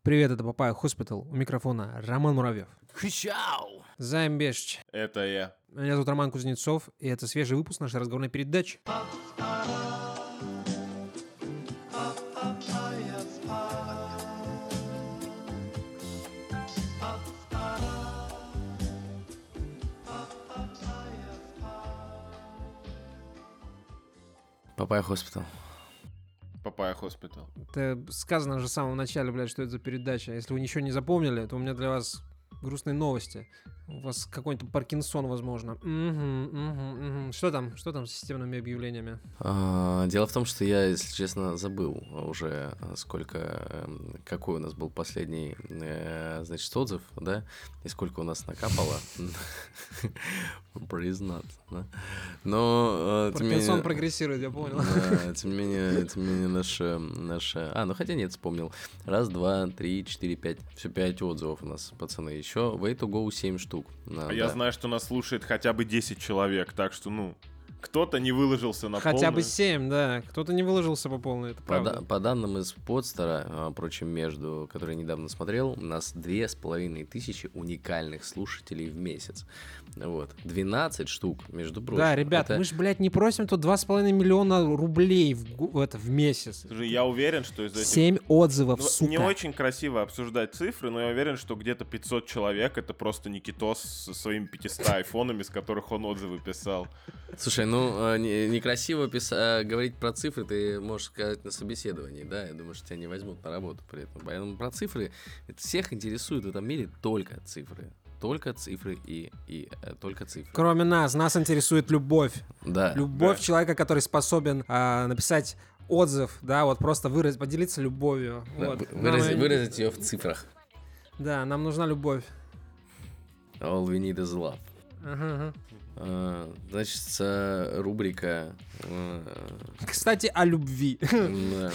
Привет, это Папайя Хоспитал. У микрофона Роман Муравьев. Чау! Займ Бешч. Это я. Меня зовут Роман Кузнецов, и это свежий выпуск нашей разговорной передачи. Папайя Хоспитал. Папайя Хоспитал. Это сказано же в самом начале, блядь, что это за передача. Если вы ничего не запомнили, то у меня для вас грустные новости. У вас какой-нибудь Паркинсон, возможно. Что там с системными объявлениями? Дело в том, что я, если честно, забыл уже, какой у нас был последний, значит, отзыв, да, и сколько у нас накапало. Признаться, да. Но, Паркинсон прогрессирует, я понял. Да, тем не менее, наша... ну хотя нет, вспомнил. Раз, два, три, четыре, пять. Все 5 отзывов у нас, пацаны. Еще way to go 7 штук. Я знаю, что нас слушает хотя бы 10 человек, так что, кто-то не выложился на полную. Хотя бы 7, да. Кто-то не выложился по полной, это правда. По данным из Подстера, впрочем, между, который я недавно смотрел, у нас 2500 уникальных слушателей в месяц. Вот. 12 штук, между прочим. Да, ребят, мы же, блядь, не просим тут 2,5 миллиона рублей в месяц. Слушай, я уверен, что из этих... 7 отзывов, сука. Не очень красиво обсуждать цифры, но я уверен, что где-то 500 человек — это просто Никитос со своими 500 айфонами, с которых он отзывы писал. Слушай, некрасиво говорить про цифры ты можешь сказать на собеседовании, да? Я думаю, что тебя не возьмут на работу при этом. Поэтому про цифры, это всех интересует в этом мире только цифры. Только цифры и только цифры. Кроме нас интересует любовь. Да. Любовь человека, который способен написать отзыв, да, вот просто поделиться любовью. Да, вот. выразить ее в цифрах. Да, нам нужна любовь. All we need is love. Ага. Значит, рубрика... Кстати, о любви. Да.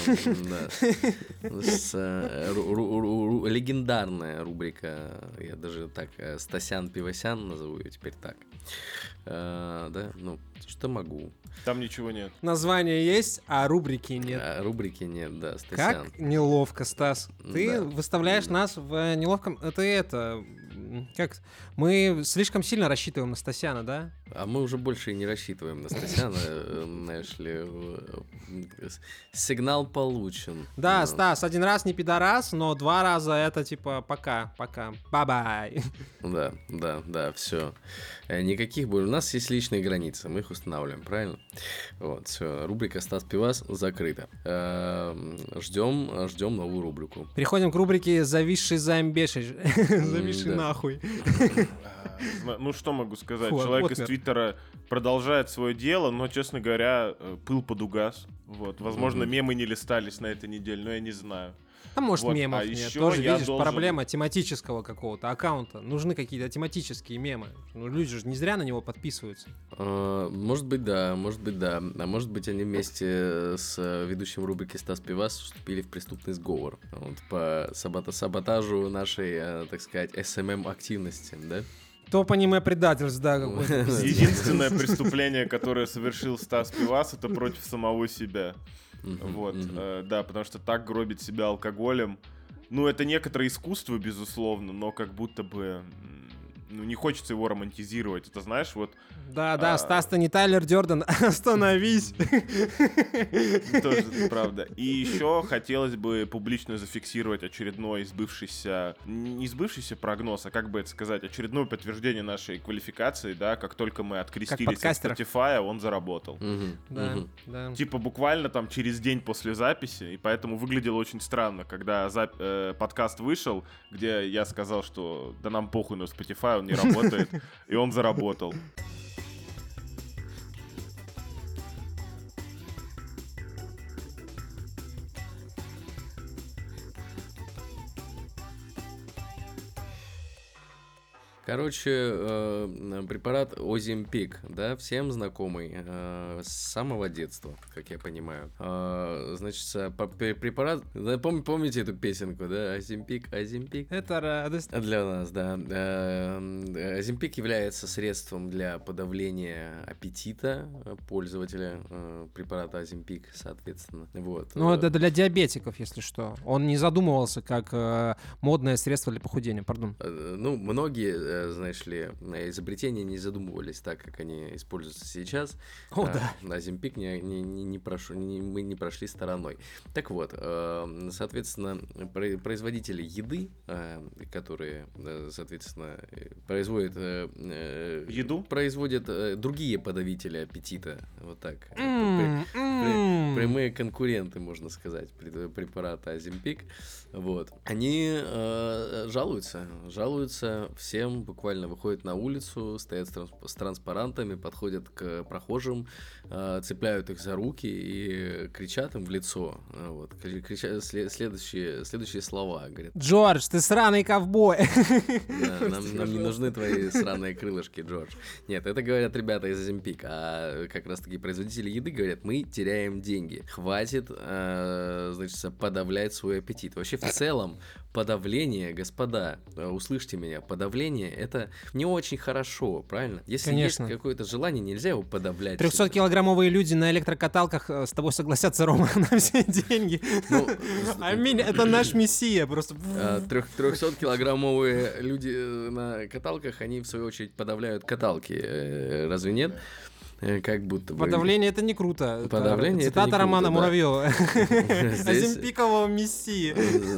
Легендарная рубрика, я даже так, Стасян-Пивосян назову ее теперь так. Да, что могу. Там ничего нет. Название есть, а рубрики нет. Рубрики нет, да, Стасян. Как неловко, Стас. Ты выставляешь нас в неловком... Как? Мы слишком сильно рассчитываем на Стасяна, да? А мы уже больше и не рассчитываем на Стасяна, знаешь ли. Сигнал получен. Да, Стас, один раз не пидорас, но 2 раза это типа пока, бай-бай. Да, все. Никаких более. У нас есть личные границы, мы их устанавливаем, правильно? Вот, все. Рубрика «Стас Пивас» закрыта. Ждем новую рубрику. Переходим к рубрике «Зависший Займ Бешич». Зависший нахуй. Что могу сказать? Человек из Твиттера продолжает свое дело, но, честно говоря, пыл подугас. Вот. Возможно, мемы не листались на этой неделе, но я не знаю. А может, мемов нет. Тоже, видишь, проблема тематического какого-то аккаунта. Нужны какие-то тематические мемы. Люди же не зря на него подписываются. Может быть, да. А может быть, они вместе с ведущим рубрики Стас Пивас вступили в преступный сговор. Вот, по саботажу нашей, так сказать, СММ-активности, да? Топ аниме-предательств, да, какой-то. Единственное преступление, которое совершил Стас Пивас, это против самого себя. Да, потому что так гробить себя алкоголем. Это некоторое искусство, безусловно, но как будто бы... не хочется его романтизировать. Это знаешь, вот... Да, Стас, ты не Тайлер Дёрден, остановись. Тоже правда. И еще хотелось бы публично зафиксировать очередной не сбывшийся прогноз, а как бы это сказать, очередное подтверждение нашей квалификации, да, как только мы открестились от Spotify, он заработал. Да. Типа буквально там через день после записи, и поэтому выглядело очень странно, когда подкаст вышел, где я сказал, что да нам похуй на Spotify, он не работает, и он заработал. Короче, препарат Оземпик, да, всем знакомый с самого детства, как я понимаю. Значит, препарат, да, помните эту песенку, да, Оземпик, Оземпик? Это радость. Для нас, да. Оземпик является средством для подавления аппетита пользователя препарата Оземпик, соответственно. Вот. Ну, это для диабетиков, если что. Он не задумывался как модное средство для похудения, пардон. Ну, многие, знаешь ли, изобретения не задумывались так, как они используются сейчас. О, да. Оземпик мы не прошли стороной. Так вот, соответственно, производители еды, которые, соответственно, производят Еду? Производят другие подавители аппетита. Вот так. Прямые конкуренты, можно сказать, препарата Оземпик. Вот. Они жалуются всем, буквально выходят на улицу, стоят с транспарантами, подходят к прохожим, цепляют их за руки и кричат им в лицо. Вот. Кричат следующие слова. Говорят: Джордж, ты сраный ковбой. Да, нам не нужны твои сраные крылышки, Джордж. Нет, это говорят ребята из Оземпик, а как раз таки производители еды говорят: мы теряем деньги. Хватит, значит, подавлять свой аппетит. Вообще, в целом, подавление, господа, услышьте меня, подавление — это не очень хорошо, правильно? Если Конечно. есть какое-то желание, нельзя его подавлять. 300-килограммовые люди на электрокаталках с тобой согласятся, Рома, на все деньги. Ну, Аминь, это наш мессия, просто. 300-килограммовые люди на каталках, они, в свою очередь, подавляют каталки. Разве нет? Как будто бы. Подавление — это не круто. Подавление — это не цитата круто, Романа да. Муравьева. Здесь- Оземпикового мессии.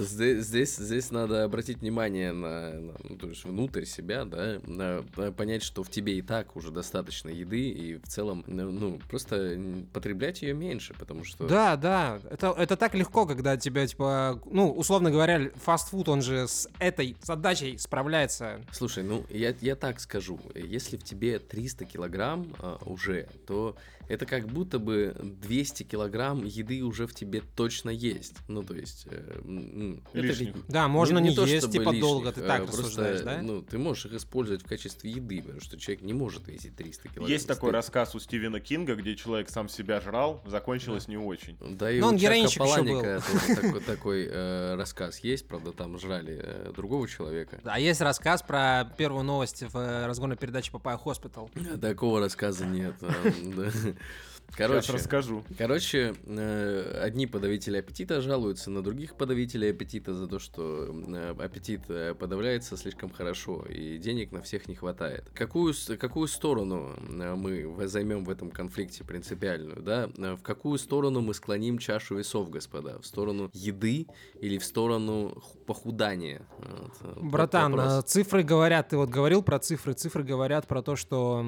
Здесь надо обратить внимание ну, то есть внутрь себя, да, понять, что в тебе и так уже достаточно еды, и в целом, ну, просто потреблять ее меньше, потому что... Да, это так легко, когда тебя, типа, ну, условно говоря, фастфуд, он же с этой задачей справляется. Слушай, ну, я так скажу, если в тебе 300 килограмм уже, то это как будто бы 200 килограмм еды уже в тебе точно есть. Ну, то есть... Лишних. Да, можно не то, есть, чтобы типа, лишних, долго, ты так просто, рассуждаешь, да? Ну, ты можешь их использовать в качестве еды, потому что человек не может весить 300 килограмм. Есть такой рассказ у Стивена Кинга, где человек сам себя жрал, закончилось не очень. Да, и Но у он Чака героинщик ещё Паланика тоже такой рассказ есть, правда, там жрали другого человека. А есть рассказ про первую новость в разгонной передаче Папая Хоспитал. Такого рассказа нет. Да. Сейчас расскажу. Короче, одни подавители аппетита жалуются на других подавителей аппетита за то, что аппетит подавляется слишком хорошо и денег на всех не хватает. Какую сторону мы займем в этом конфликте принципиальную, да? В какую сторону мы склоним чашу весов, господа? В сторону еды или в сторону похудания? Вот Братан, вопрос. цифры говорят, ты вот говорил про цифры говорят про то, что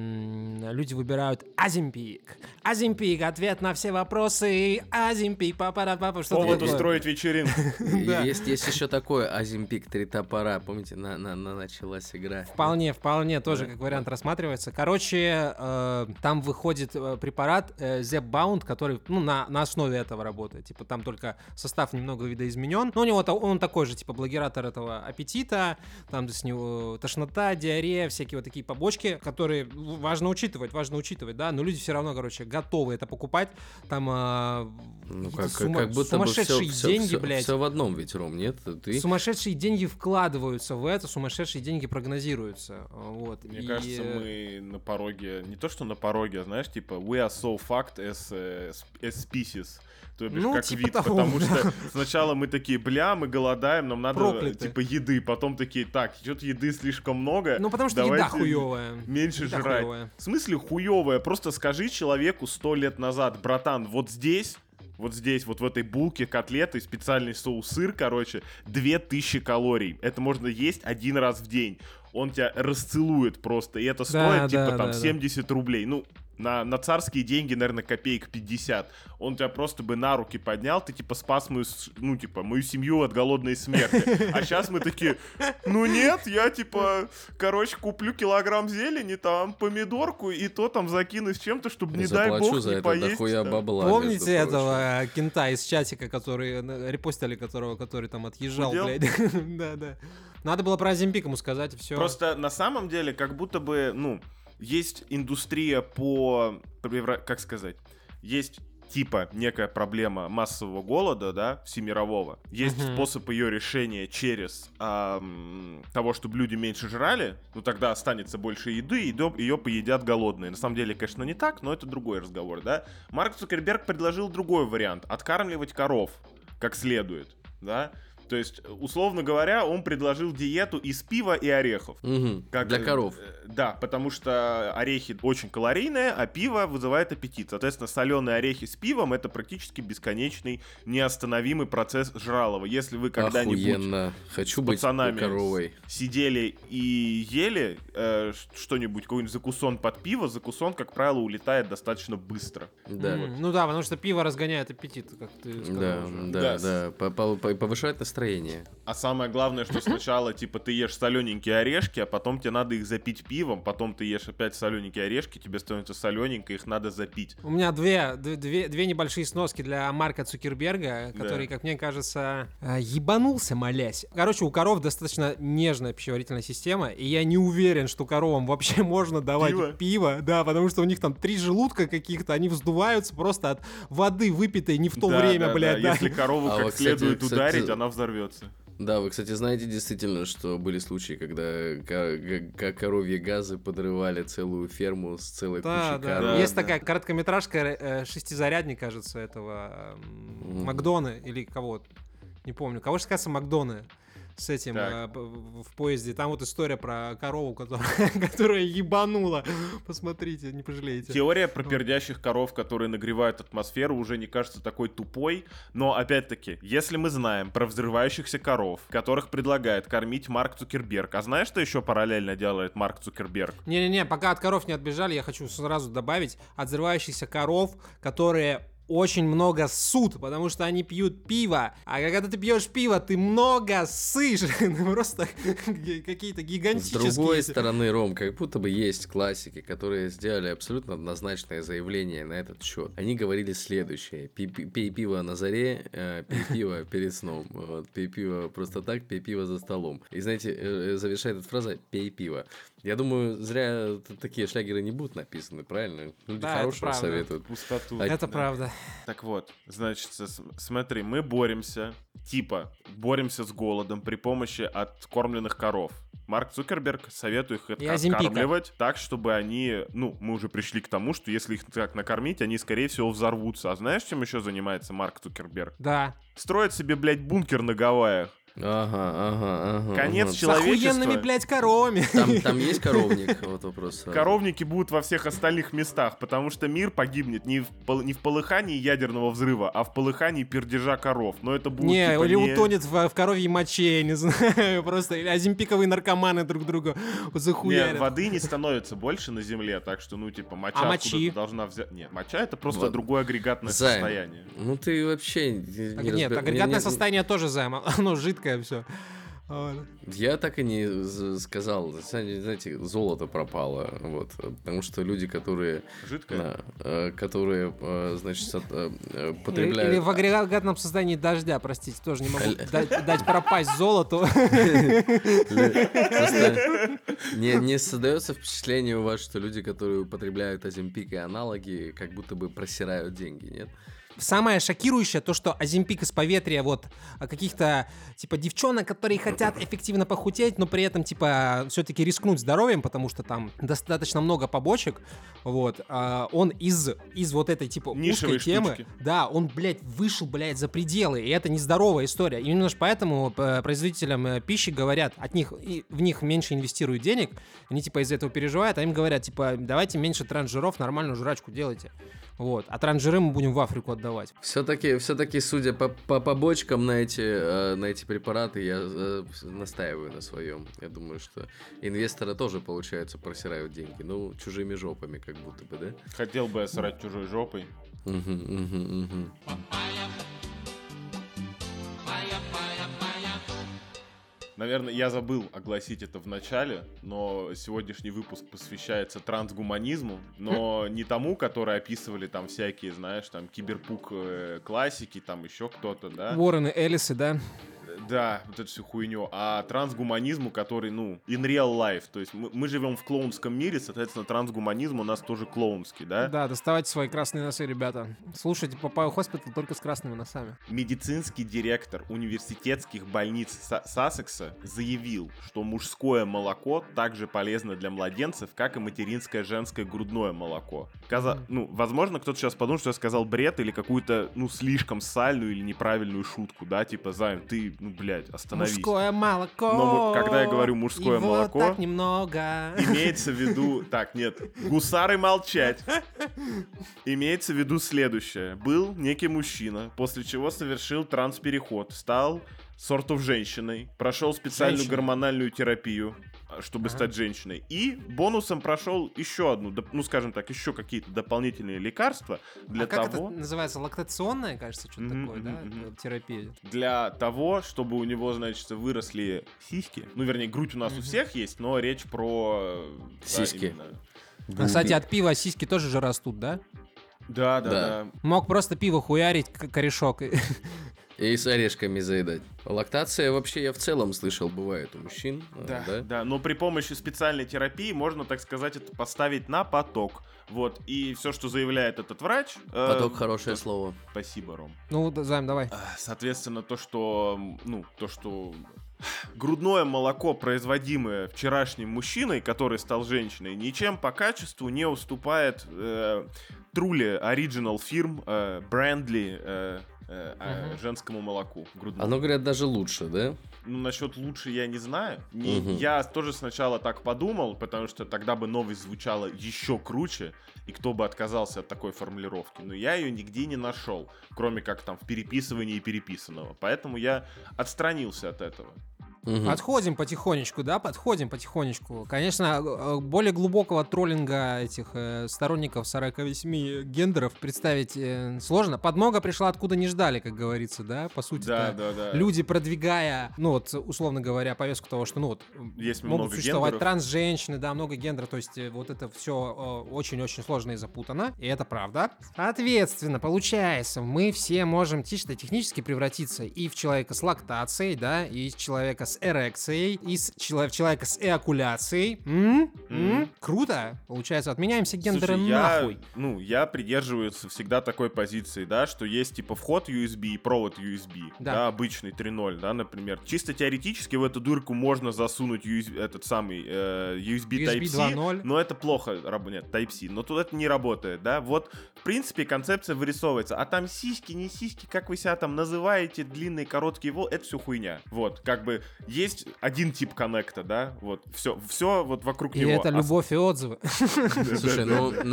люди выбирают Оземпик. Оземпик, ответ на все вопросы. Оземпик, папа, что Повод такое? устроить вечеринку. Да. Есть еще такое Оземпик 3 топора. Помните, началась игра. Вполне тоже Да. как вариант рассматривается. Короче, там выходит препарат Zepbound, который, ну, на основе этого работает. Типа там только состав немного видоизменен. Но у него он такой же, типа, блокиратор этого аппетита. Там с него тошнота, диарея, всякие вот такие побочки, которые важно учитывать, да. Но люди все равно, короче, готовы это покупать. Там Ну, какие-то как будто бы сумасшедшие деньги, блядь. Все в одном ведь, Ром, нет? Ты... Сумасшедшие деньги вкладываются в это, сумасшедшие деньги прогнозируются. Вот. Мне кажется, мы на пороге, не то что на пороге, а знаешь, типа we are so fucked as species. То бишь, Ну, как типа вид, того, потому да. что сначала мы такие, бля, мы голодаем, нам надо, Прокляты. типа, еды, потом такие, так, что-то еды слишком много, Ну, потому что еда давайте хуевая. меньше Еда жрать. хуёвая. В смысле хуевая? Просто скажи человеку 100 лет назад, братан, вот здесь, вот в этой булке котлеты, специальный соус-сыр, короче, 2000 калорий. Это можно есть один раз в день. Он тебя расцелует просто, и это стоит, типа, там, 70 рублей. Ну, на царские деньги, наверное, копеек 50. Он тебя просто бы на руки поднял, ты, типа, спас мою семью от голодной смерти. А сейчас мы такие, ну нет, я, типа, короче, куплю килограмм зелени, там, помидорку, и то там закину с чем-то, чтобы, не дай Заплачу бог, за не это поесть. дохуя да. бабла. Помните между прочим. этого кента из чатика, который репостили, который там отъезжал, Худел? блядь? Да. Надо было про Оземпик ему сказать, и все. Просто на самом деле, как будто бы, есть индустрия как сказать, есть типа некая проблема массового голода, да, всемирового. Есть способ ее решения через того, чтобы люди меньше жрали, тогда останется больше еды, и ее поедят голодные. На самом деле, конечно, не так, но это другой разговор, да. Марк Цукерберг предложил другой вариант — откармливать коров как следует, да. То есть, условно говоря, он предложил диету из пива и орехов. Для коров. Да, потому что орехи очень калорийные, а пиво вызывает аппетит. Соответственно, соленые орехи с пивом — это практически бесконечный, неостановимый процесс жралова. Если вы когда-нибудь Охуенно. Хочу с быть пацанами коровой. сидели и ели что-нибудь, какой-нибудь закусон под пиво, закусон, как правило, улетает достаточно быстро. Да. Ну да, потому что пиво разгоняет аппетит, как ты сказал уже. Да. Повышает настроение. А самое главное, что сначала, типа, ты ешь солененькие орешки, а потом тебе надо их запить пивом, потом ты ешь опять солененькие орешки, тебе становится солененько, их надо запить. У меня две небольшие сноски для Марка Цукерберга, который, как мне кажется, ебанулся, молясь. Короче, у коров достаточно нежная пищеварительная система, и я не уверен, что коровам вообще можно давать пиво, да, потому что у них там 3 желудка каких-то, они вздуваются просто от воды, выпитой не в то время, блядь. Да. Если корову как следует ударить, она взорвется. Да, вы, кстати, знаете действительно, что были случаи, когда коровьи газы подрывали целую ферму с целой кучей коров. Есть такая короткометражка «Шестизарядник», кажется, этого Макдона или кого-то. Не помню. Кого же сказать Макдона с этим в поезде. Там вот история про корову, которая ебанула. Посмотрите, не пожалеете. Теория про пердящих коров, которые нагревают атмосферу, уже не кажется такой тупой. Но, опять-таки, если мы знаем про взрывающихся коров, которых предлагает кормить Марк Цукерберг, а знаешь, что еще параллельно делает Марк Цукерберг? Не-не-не, пока от коров не отбежали, я хочу сразу добавить от взрывающихся коров, которые очень много ссут, потому что они пьют пиво. А когда ты пьешь пиво, ты много ссышь. Просто какие-то гигантические... С другой стороны, Ром, как будто бы есть классики, которые сделали абсолютно однозначное заявление на этот счет. Они говорили следующее: пей пиво на заре, пей пиво перед сном. Вот, пей пиво просто так, пей пиво за столом. И знаете, завершает эта фраза: пей пиво. Я думаю, зря такие шлягеры не будут написаны, правильно? Люди хорошего советуют. Пустоту. Это правда. Так вот, значит, смотри, мы боремся с голодом при помощи откормленных коров. Марк Цукерберг советует их откармливать так, чтобы они, мы уже пришли к тому, что если их так накормить, они, скорее всего, взорвутся. А знаешь, чем еще занимается Марк Цукерберг? Да. Строит себе, блядь, бункер на Гавайях. Ага. Конец человечества. С охуенными, блядь, коровами. Там есть коровник? Вот вопрос. Коровники будут во всех остальных местах, потому что мир погибнет не в полыхании ядерного взрыва, а в полыхании пердежа коров. Но это будет или утонет в коровьей моче, я не знаю. Просто оземпиковые наркоманы друг друга захуярят. Нет, воды не становится больше на земле, так что, моча откуда-то должна взять... Нет, моча — это просто другое агрегатное состояние. Ну ты вообще... Нет, агрегатное состояние тоже оно жидкое все. Я так и не сказал. Знаете, золото пропало. Вот, потому что люди, которые... Жидкое? Которые, значит, потребляют... Или в агрегатном состоянии дождя, простите, тоже не могу дать пропасть золоту. Просто не создается впечатление у вас, что люди, которые употребляют Оземпик и аналоги, как будто бы просирают деньги, нет? Самое шокирующее то, что Оземпик из поветрия вот каких-то, типа, девчонок, которые хотят эффективно похудеть, но при этом, типа, все-таки рискнуть здоровьем, потому что там достаточно много побочек, вот, он из вот этой, типа, узкой темы, да, он, блядь, вышел, блядь, за пределы, и это нездоровая история. И именно поэтому производителям пищи говорят, в них меньше инвестируют денег, они, типа, из-за этого переживают, а им говорят, типа, давайте меньше трансжиров, нормальную жрачку делайте. Вот. А трансжиры мы будем в Африку отдавать. Все-таки, судя по побочкам на эти препараты, я настаиваю на своем. Я думаю, что инвесторы тоже, получается, просирают деньги. Ну, чужими жопами, как будто бы, да? Хотел бы я срать чужой жопой. Наверное, я забыл огласить это в начале, но сегодняшний выпуск посвящается трансгуманизму, но не тому, который описывали там всякие, знаешь, там киберпук классики, там еще кто-то, да? Уоррен и Эллисы, да? Да, вот эту всю хуйню. А трансгуманизму, который, in real life. То есть мы живем в клоунском мире, соответственно, трансгуманизм у нас тоже клоунский, да? Да, доставайте свои красные носы, ребята. Слушайте Папаю Хоспитал только с красными носами. Медицинский директор университетских больниц Сассекса заявил, что мужское молоко также полезно для младенцев, как и материнское женское грудное молоко. Возможно, кто-то сейчас подумает, что я сказал бред или какую-то, слишком сальную или неправильную шутку, да, типа, Займ, ты, остановись. Мужское молоко. Но когда я говорю мужское его молоко, так немного. имеется в виду... Так, нет, гусары молчать. Имеется в виду следующее. Был некий мужчина, после чего совершил транспереход, стал сортов женщиной, прошел специальную гормональную терапию, чтобы стать женщиной, и бонусом прошел еще одну, еще какие-то дополнительные лекарства для того... Как это называется? Лактационная, кажется, что-то такое, да? Терапия. Для того, чтобы у него, значит, выросли сиськи. Грудь у нас у всех есть, но речь про... Сиськи. Кстати, от пива сиськи тоже же растут, да? Да. Мог просто пиво хуярить, корешок. И с орешками заедать. Лактация вообще, я в целом слышал, бывает у мужчин. Да, но при помощи специальной терапии можно, так сказать, это поставить на поток. Вот, и все, что заявляет этот врач... Поток — хорошее слово. Спасибо, Ром. Займ, давай. Соответственно, то, что грудное молоко, производимое вчерашним мужчиной, который стал женщиной, ничем по качеству не уступает Truly Original фирм Brandly женскому молоку грудному. Оно, говорят, даже лучше, да? Насчет лучше я не знаю. Я тоже сначала так подумал, потому что тогда бы новость звучала еще круче, и кто бы отказался от такой формулировки. Но я ее нигде не нашел, кроме как там в переписывании переписанного. Поэтому я отстранился от этого. Подходим потихонечку. Конечно, более глубокого троллинга этих сторонников 48 гендеров представить сложно. Подмога пришла откуда не ждали, как говорится, да, по сути. Да. Люди, продвигая, условно говоря, повестку того, что, есть могут много существовать гендеров. Транс-женщины, да, много гендеров, то есть вот это все очень-очень сложно и запутано, и это правда. Соответственно, получается, мы все можем чисто технически превратиться и в человека с лактацией, да, и в человека с эрекцией, и в человека с эякуляцией. Круто! Получается, отменяем все гендеры. Слушай, нахуй. Я придерживаюсь всегда такой позиции, да, что есть типа вход USB и провод USB, да, обычный 3.0, да, например. Чисто теоретически в эту дырку можно засунуть USB Type-C, 2.0. но это плохо работает, Type-C, но тут это не работает, да. Вот, в принципе, концепция вырисовывается. А там сиськи, не сиськи, как вы себя там называете, длинные, короткие, это все хуйня. Вот, как бы есть один тип коннекта, да, вот, все вот вокруг него. И это любовь и отзывы. Слушай,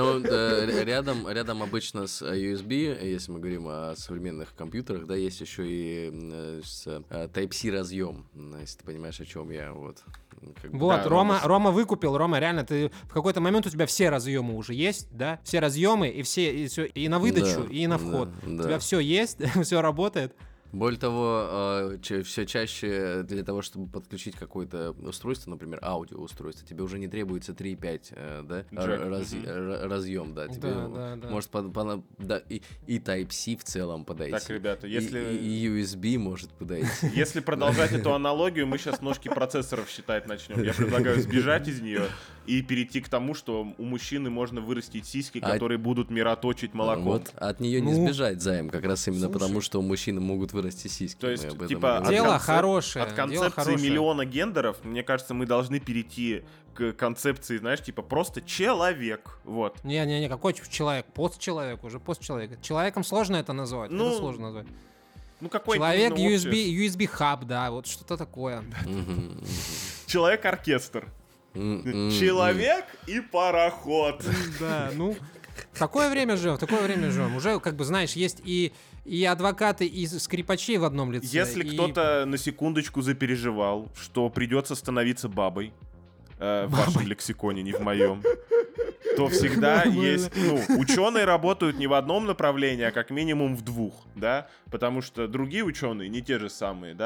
рядом обычно с USB, если мы говорим о современных компьютерах, да, есть еще и Type-C разъем, если ты понимаешь, о чем я, вот. Вот, да, Рома выкупил, Рома, реально, ты в какой-то момент у тебя все разъемы уже есть, да, все разъемы и и на выдачу, и на вход. У тебя все есть, все работает. Более того, все чаще для того, чтобы подключить какое-то устройство, например, аудиоустройство, тебе уже не требуется 3.5, да, разъем, да, тебе может и Type-C в целом подойти. Так, ребята, если... И USB может подойти. Если продолжать эту аналогию, мы сейчас ножки процессоров считать начнем. Я предлагаю сбежать из нее и перейти к тому, что у мужчины можно вырастить сиськи, которые будут мироточить молоком. Вот, от нее не сбежать, Займ, как раз именно потому, что у мужчин могут вырасти сиськи. То есть, типа, дело хорошее. От концепции миллиона гендеров, мне кажется, мы должны перейти к концепции, знаешь, типа просто человек. Вот. Не, какой человек? Постчеловек, уже постчеловек. Человеком сложно это назвать. Это сложно назвать. Какой человек USB хаб, да, вот что-то такое. Человек-оркестр. Человек и пароход. Да, в такое время живем. Уже, как бы, знаешь, есть и адвокаты, и скрипачи в одном лице. Если кто-то на секундочку запереживал, что придется становиться бабой, в вашем лексиконе, не в моем, то всегда есть... ученые работают не в одном направлении, а как минимум в двух, да? Потому что другие ученые, не те же самые, да?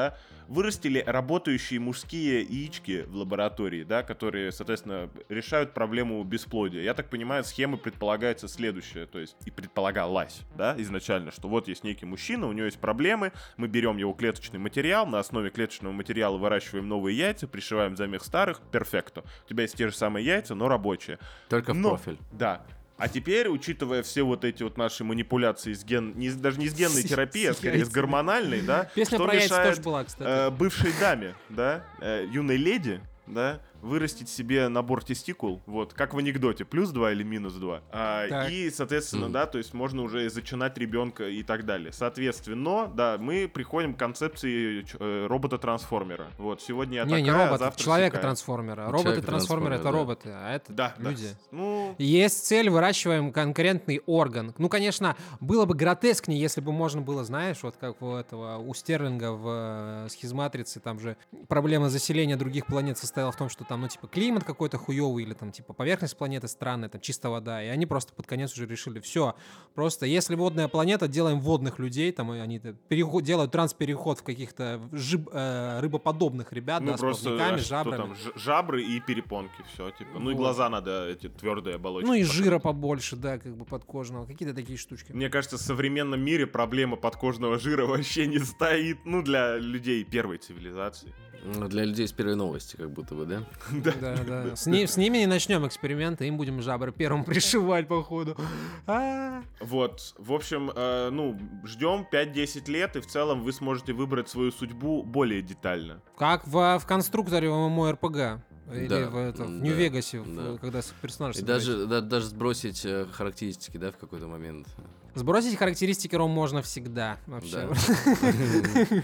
вырастили работающие мужские яички в лаборатории, да, которые, соответственно, решают проблему бесплодия. Я так понимаю, схема предполагается следующая, то есть и предполагалась, да, изначально, что вот есть некий мужчина, у него есть проблемы, мы берем его клеточный материал, на основе клеточного материала выращиваем новые яйца, пришиваем замех старых, перфекто. У тебя есть те же самые яйца, но рабочие. Только в профиль. Да. А теперь, учитывая все вот эти вот наши манипуляции с даже не с генной терапией, а скорее с гормональной, да, Песня что про яйца мешает тоже была, кстати. бывшей даме, да, юной леди, да, вырастить себе набор тестикул, вот, как в анекдоте, плюс 2 или минус 2. И, соответственно, да, то есть можно уже зачинать ребенка и так далее. Соответственно, да, мы приходим к концепции робота-трансформера. Вот, сегодня я такая, не а робот, завтра человека-трансформера. Роботы-трансформеры — это да. роботы, а это Да, люди. да. Ну, Есть цель, выращиваем конкурентный орган. Ну, конечно, было бы гротескнее, если бы можно было, знаешь, вот как у Стерлинга в «Схизматрице», там же проблема заселения других планет состояла в том, что там, ну, типа, климат какой-то хуёвый, или там, типа, поверхность планеты странная, там, чистая вода, и они просто под конец уже решили, все, просто если водная планета, делаем водных людей, там, и они делают транспереход в каких-то рыбоподобных ребят, ну да, с просто плавниками, что жабрами. там, жабры и перепонки, все, типа. Ну и Вот. глаза надо эти твердые оболочки. Ну и покрыть. жира побольше, да, как бы подкожного, какие-то такие штучки. Мне кажется, в современном мире проблема подкожного жира вообще не стоит, ну, для людей первой цивилизации. Ну, для людей с первой новости, как будто бы, да? Да. С ними не начнем эксперименты, им будем жабры первым пришивать, походу. Вот, в общем, ну, ждем 5-10 лет, и в целом вы сможете выбрать свою судьбу более детально. Как в конструкторе в ММО-РПГ. Или Да, в да, Нью-Вегасе, да. когда персонаж И собираете. даже сбросить характеристики, да, в какой-то момент. Сбросить характеристики Ром можно всегда. Вообще. Да.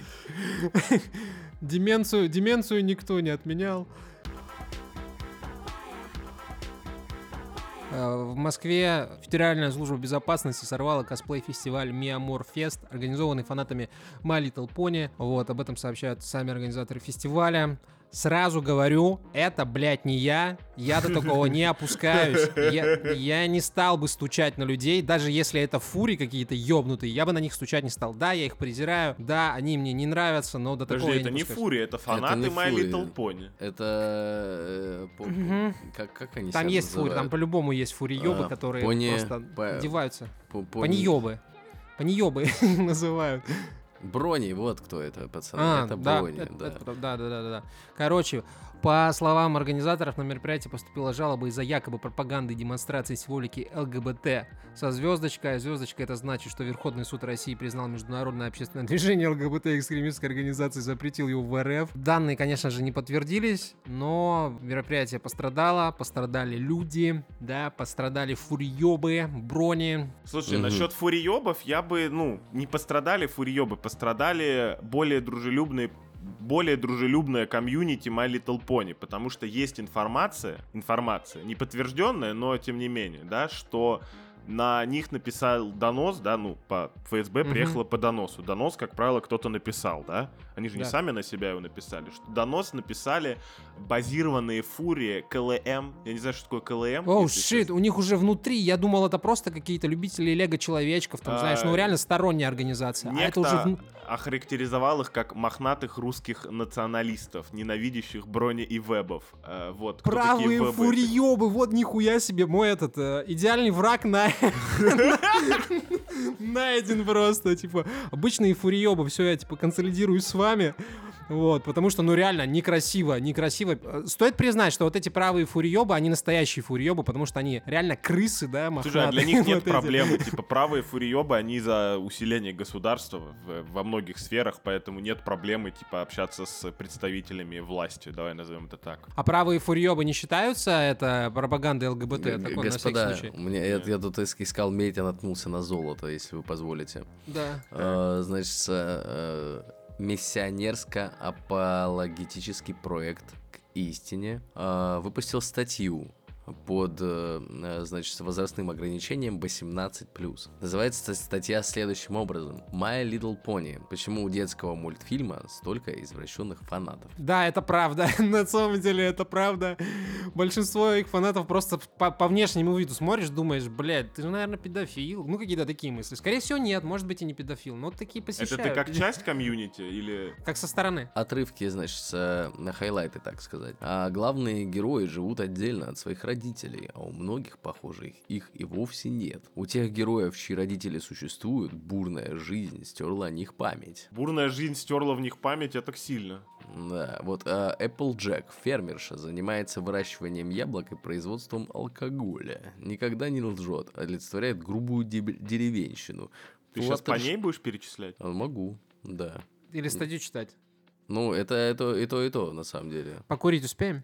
Деменцию никто не отменял. В Москве Федеральная служба безопасности сорвала косплей-фестиваль Миамор Фест, организованный фанатами My Little Pony. Вот, об этом сообщают сами организаторы фестиваля. Сразу говорю, это, блядь, не я до такого не опускаюсь. Я не стал бы стучать на людей, даже если это фури какие-то ёбнутые, я бы на них стучать не стал. Да, я их презираю, да, они мне не нравятся, но до такого Подожди, я это не опускаюсь. фурия, это фанаты не My фурия. Little Pony. Это... Как они Там себя есть фури, там называют? по-любому есть фуриёбы, А, которые пони- просто по- одеваются. Пони- Паниёбы называют. Брони, вот кто это, пацаны. Это да, Брони, да. да. Короче, по словам организаторов, на мероприятие поступила жалоба из-за якобы пропаганды и демонстрации символики ЛГБТ со звездочкой. Звездочка — это значит, что Верховный суд России признал международное общественное движение ЛГБТ экстремистской организацией, запретил его в РФ. Данные, конечно же, не подтвердились, но мероприятие пострадало, пострадали люди, да, пострадали фурьёбы, Брони. Слушай, насчет фуриёбов я бы, ну, не пострадали фуриёбы, пострадали более дружелюбные дружелюбное комьюнити My Little Pony, потому что есть информация, не подтвержденная, но тем не менее, да, что на них написал донос, да, ну, по ФСБ приехало по доносу. Донос, как правило, кто-то написал, да? Они же не сами на себя его написали. Что донос написали базированные фурии КЛМ. Я не знаю, что такое КЛМ. Оу, если щит, честно. у них уже внутри, я думал, это просто какие-то любители лего-человечков, там, знаешь, ну реально сторонняя организация. А это Некто уже... охарактеризовал их как мохнатых русских националистов, ненавидящих Брони и Вебов. Вот. Кто такие Правые Вебы? фурьёбы, вот нихуя себе, мой идеальный враг найден просто, типа, обычные фурьёбы, все, я, типа, консолидируюсь с вами, вот, потому что, ну, реально, некрасиво. Стоит признать, что вот эти правые фурьёбы, они настоящие фурьёбы, потому что они реально крысы, да, мохнатые. Слушай, а для них нет вот эти. проблемы. Типа, правые фурьёбы, они за усиление государства во многих сферах, поэтому нет проблемы, типа, общаться с представителями власти. Давай назовем это так. А правые фурьёбы не считаются это пропагандой ЛГБТ? Такой, на всякий Господа, случай. я тут искал медь, я наткнулся на золото, если вы позволите. Да. Значит, миссионерско-апологетический проект к истине выпустил статью под, значит, возрастным ограничением 18+. Называется статья следующим образом. My Little Pony. Почему у детского мультфильма столько извращенных фанатов? Да, это правда. На самом деле это правда. большинство их фанатов просто по внешнему виду смотришь, думаешь, блядь, ты же, наверное, педофил. Ну, какие-то такие мысли. Скорее всего, нет, может быть, и не педофил. Но вот такие посещают. Это ты как часть комьюнити или... Как со стороны. Отрывки, значит, на хайлайты, так сказать. А главные герои живут отдельно от своих родителей, а у многих, похоже, их и вовсе нет. У тех героев, чьи родители существуют, бурная жизнь стерла о них память. Бурная жизнь стерла в них память, это так сильно. Да, вот Applejack, фермерша, занимается выращиванием яблок и производством алкоголя. Никогда не лжет, олицетворяет грубую деревенщину. Ты сейчас по ней будешь перечислять? Могу, да. Или статью читать. Ну, это и то, на самом деле. Покурить успеем?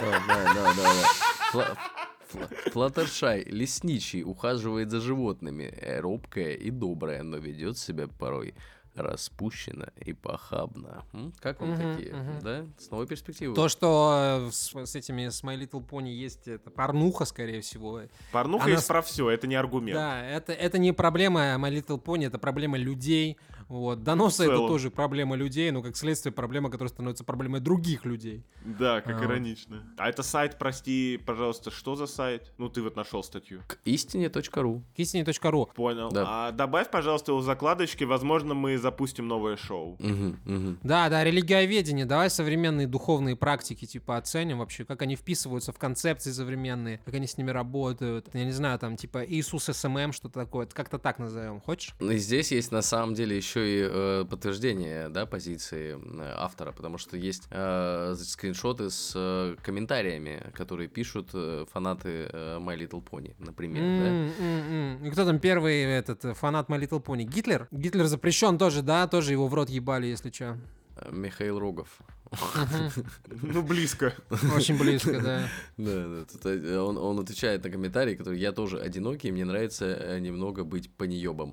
Да. Флаттершай, лесничий, ухаживает за животными. Робкая и добрая, но ведет себя порой распущенно и похабно. Как вам такие? Да? С новой перспективой. То, что с этими с My Little Pony есть, это порнуха, скорее всего. Порнуха есть про все, это не аргумент. Да, это не проблема My Little Pony, это проблема людей. Вот. Доносы — это тоже проблема людей, но как следствие проблема, которая становится проблемой других людей. Да, как иронично. А это сайт, прости, пожалуйста, что за сайт? Ну, ты вот нашел статью. К истине.ру. К истине.ру. Понял. Да. А добавь, пожалуйста, его в закладочки, возможно, мы запустим новое шоу. Да, религиоведение. Давай современные духовные практики типа оценим вообще, как они вписываются в концепции современные, как они с ними работают. Я не знаю, там типа Иисус СММ, что-то такое. Как-то так назовем. Хочешь? И здесь есть на самом деле еще и подтверждение, да, позиции автора, потому что есть скриншоты с комментариями, которые пишут фанаты My Little Pony, например. Да? И кто там первый этот фанат My Little Pony? Гитлер? Гитлер запрещен тоже, да? Тоже его в рот ебали, если что. Михаил Рогов. Ну, близко. Очень близко, да. Да, он отвечает на комментарии, которые я тоже одинокий, мне нравится немного быть пониебом.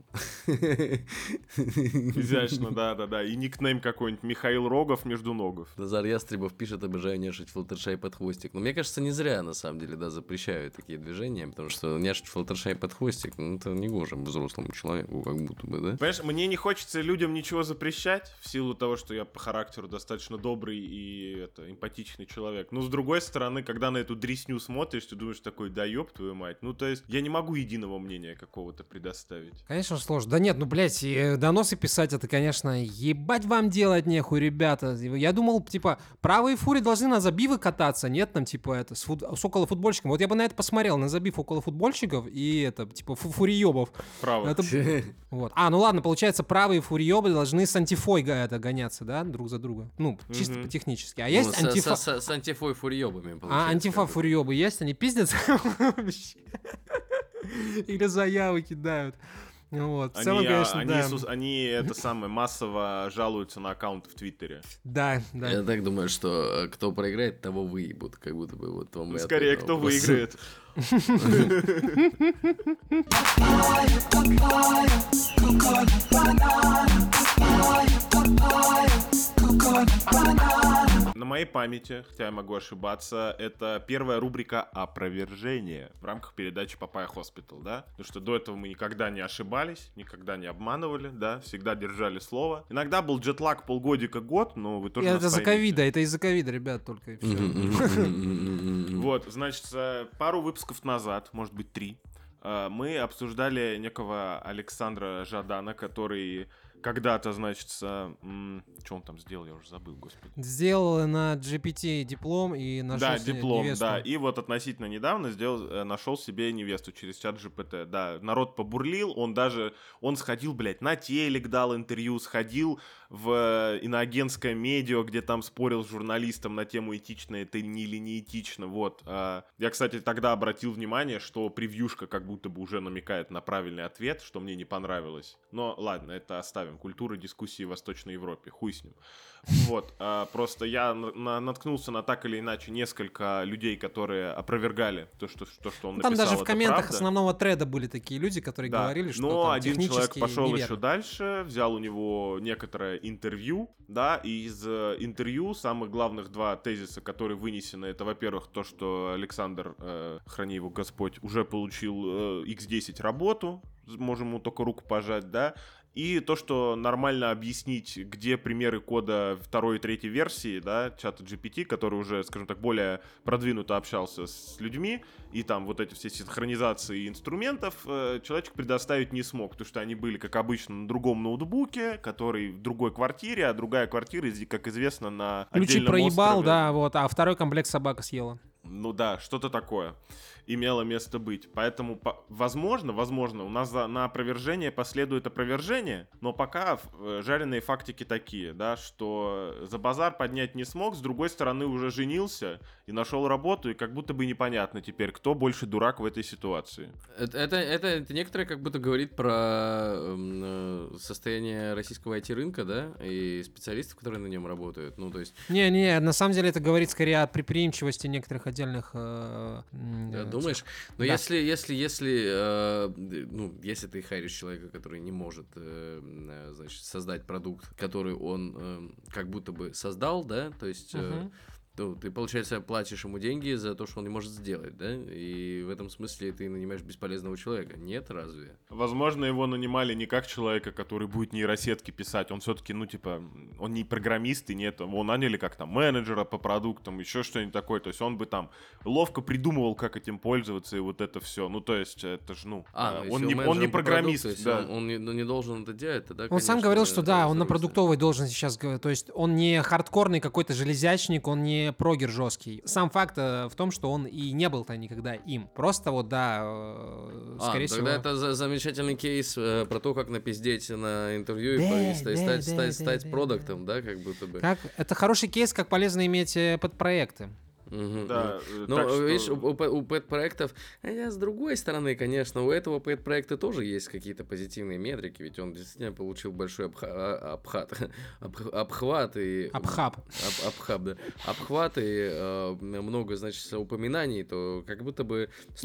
Изящно, да. И никнейм какой-нибудь Михаил Рогов между ногов. Назар Ястребов пишет, обожаю нежить Флаттершай под хвостик. Но мне кажется, не зря, на самом деле, да, запрещают такие движения, потому что нежить Флаттершай под хвостик, ну, это не гоже взрослому человеку, как будто бы, да? Понимаешь, мне не хочется людям ничего запрещать, в силу того, что я по характеру достаточно добрый и эмпатичный человек. Но с другой стороны, когда на эту дресню смотришь, ты думаешь такой, да ёб твою мать. Ну, то есть, я не могу единого мнения какого-то предоставить. Конечно, сложно. Да нет, ну, блядь, доносы писать, это, конечно, ебать вам делать нехуй, ребята. Я думал, типа, правые фури должны на забивы кататься, нет, там, типа, это, с околофутбольщиком. Вот я бы на это посмотрел, на забив околофутбольщиков и это, типа, фуриёбов. Право. Это... Вот. Ну ладно, получается, правые фуриёбы должны с антифой гоняться, да, друг за друга. Ну, чисто по-технически. А есть антифа... С антифой фурьёбами, А антифа фурьёбы есть? Они пиздятся? Или заявы кидают? Вот. В целом, конечно, да. Они это самое массово жалуются на аккаунты в Твиттере. Да. Я так думаю, что кто проиграет, того выебут, как будто бы вот вам. Скорее, кто выиграет. На моей памяти, хотя я могу ошибаться, это первая рубрика «Опровержение» в рамках передачи Papaya Hospital, да? Потому что до этого мы никогда не ошибались, никогда не обманывали, да? Всегда держали слово. Иногда был джетлаг полгодика-год, но вы тоже это из-за ковида, это из-за ковида, ребят, только и все. Вот, значит, пару выпусков назад, может быть, 3, мы обсуждали некого Александра Жадана, который когда-то, значит, что он там сделал, я уже забыл, господи. Сделал на GPT диплом и нашел себе диплом, невесту. Да, и вот относительно недавно нашел себе невесту через чат GPT. Да, народ побурлил, он сходил, блядь, на телек дал интервью, сходил в иноагентское медиа, где там спорил с журналистом на тему, этично это или не этично, вот. Я, кстати, тогда обратил внимание, что превьюшка как будто бы уже намекает на правильный ответ, что мне не понравилось. Но ладно, это оставим. Культура дискуссии в Восточной Европе, хуй с ним. Вот, просто я наткнулся на так или иначе несколько людей, которые опровергали то, что он написал. Там даже в комментах правда. основного треда были такие люди, которые говорили, что но там один человек пошел неверно. еще дальше, взял у него некоторое интервью, да, и из интервью самых главных два тезиса, которые вынесены, это, во-первых, то, что Александр, храни его Господь, уже получил X10 работу, можем ему только руку пожать, да, И то, что нормально объяснить, где примеры кода второй и третьей версии, да, чата GPT, который уже, скажем так, более продвинуто общался с людьми, и там вот эти все синхронизации инструментов человечек предоставить не смог, потому что они были, как обычно, на другом ноутбуке, который в другой квартире, а другая квартира, как известно, на Ключи отдельном проебал, острове. да, вот, а второй комплект собака съела. Ну да, что-то такое имело место быть. Поэтому, возможно, у нас на опровержение последует опровержение, но пока жареные фактики такие, да, что за базар поднять не смог, с другой стороны уже женился и нашел работу, и как будто бы непонятно теперь, кто больше дурак в этой ситуации. Это некоторые как будто говорит про состояние российского IT-рынка, да, и специалистов, которые на нем работают, ну, то есть... Не, на самом деле это говорит скорее о предприимчивости некоторых отдельных... Думаешь? Но да. если ты хайришь человека, который не может, значит, создать продукт, который он как будто бы создал, да, то есть... ты, получается, платишь ему деньги за то, что он не может сделать, да? И в этом смысле ты нанимаешь бесполезного человека. Нет, разве? Возможно, его нанимали не как человека, который будет нейросетки писать. Он все-таки, он не программист и нет. Его наняли как там менеджера по продуктам, еще что-нибудь такое. То есть он бы там ловко придумывал, как этим пользоваться, и вот это все. Ну, то есть это же, он не программист. Продукт, да. Он не должен это делать, тогда, Он конечно, сам говорил, что да, он на разумеется. продуктовой должен сейчас говорить. То есть он не хардкорный какой-то железячник, он не прогер жесткий. Сам факт в том, что он и не был-то никогда им. Просто вот, да, скорее всего... Тогда это замечательный кейс про то, как напиздеть на интервью и стать продуктом, да, как будто бы. Это хороший кейс, как полезно иметь подпроекты. Да, ну, так что... видишь, у пэт-проектов, с другой стороны, конечно, у этого пэт-проекта тоже есть какие-то позитивные метрики, ведь он действительно получил большой обхват и... Обхаб, да. Обхват и много, значит, упоминаний, то как будто бы с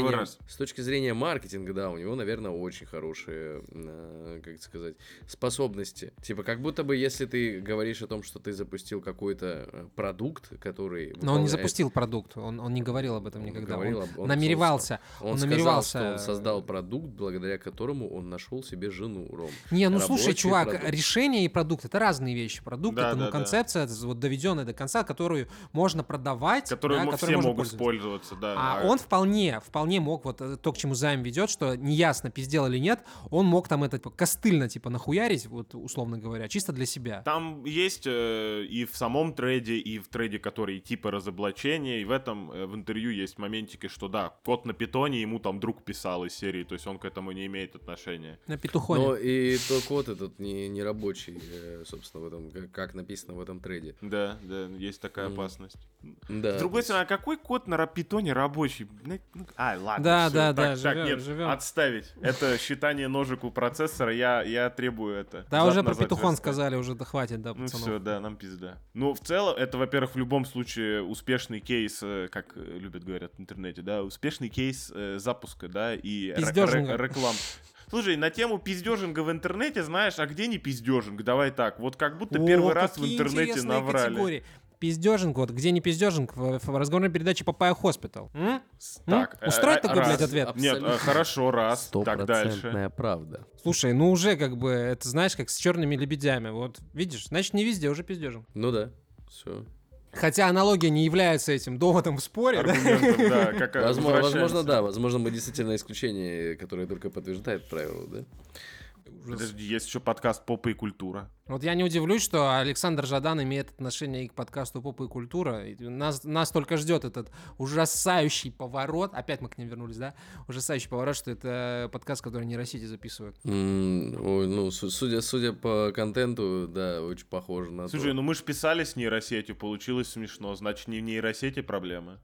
точки зрения маркетинга, да, у него, наверное, очень хорошие, как сказать, способности. Типа, как будто бы, если ты говоришь о том, что ты запустил какой-то продукт, который... Но он не запустил продукт, он не говорил об этом никогда. Он намеревался. Он сказал, что он создал продукт, благодаря которому он нашел себе жену, Ром. Слушай, чувак, продукт. Решение и продукт — это разные вещи. Продукт — Да, это концепция, вот доведенная до конца, которую можно продавать. Которую все могут пользоваться, да. А он вполне мог, вот то, к чему займ ведет, что неясно, пиздел или нет, он мог там это костыльно, нахуярить, вот условно говоря, чисто для себя. Там есть и в самом трейде, и в трейде, который типа разоблачения, и в этом в интервью есть моментики, что да, код на питоне ему там друг писал из серии, то есть он к этому не имеет отношения. На петухоне. Но и то код этот не рабочий, собственно, в этом, как написано в этом трейде. Да, есть такая опасность. Да. С другой стороны, а какой код на питоне рабочий? Ладно. Да, нет, живем. Отставить. Это считание ножек у процессора, я требую это. Да, уже про петухон сказали, уже да хватит, да, пацанов. Ну все, да, нам пизда. Ну, в целом, это, во-первых, в любом случае успешный кейс, как любят говорят в интернете, да, успешный кейс запуска, да, и реклам. Слушай, на тему пиздежинга в интернете, знаешь, а где не пиздежинг? Давай так, вот как будто первый раз в интернете наврали. Категории. Пиздежинг, вот где не пиздежинг, в разговорной передаче Папайя Хоспитал. Так, устроить такой, блядь, ответ? Нет, хорошо, раз, так дальше. 100% правда. Слушай, уже это знаешь, как с черными лебедями. Вот, видишь, значит, не везде уже пиздежинг. Ну да, все. Хотя аналогия не является этим доводом в споре, аргументом, да? Как возможно, да. Возможно, мы действительно исключение, которое только подтверждает правило, да? Подожди, есть еще подкаст «Попа и культура». Вот я не удивлюсь, что Александр Жадан имеет отношение и к подкасту «Попа и культура». И нас только ждет этот ужасающий поворот. Опять мы к ним вернулись, да? Ужасающий поворот, что это подкаст, который нейросети записывают. Судя по контенту, да, очень похоже на Слушай, мы же писали с нейросетью, получилось смешно. Значит, не в нейросети проблемы.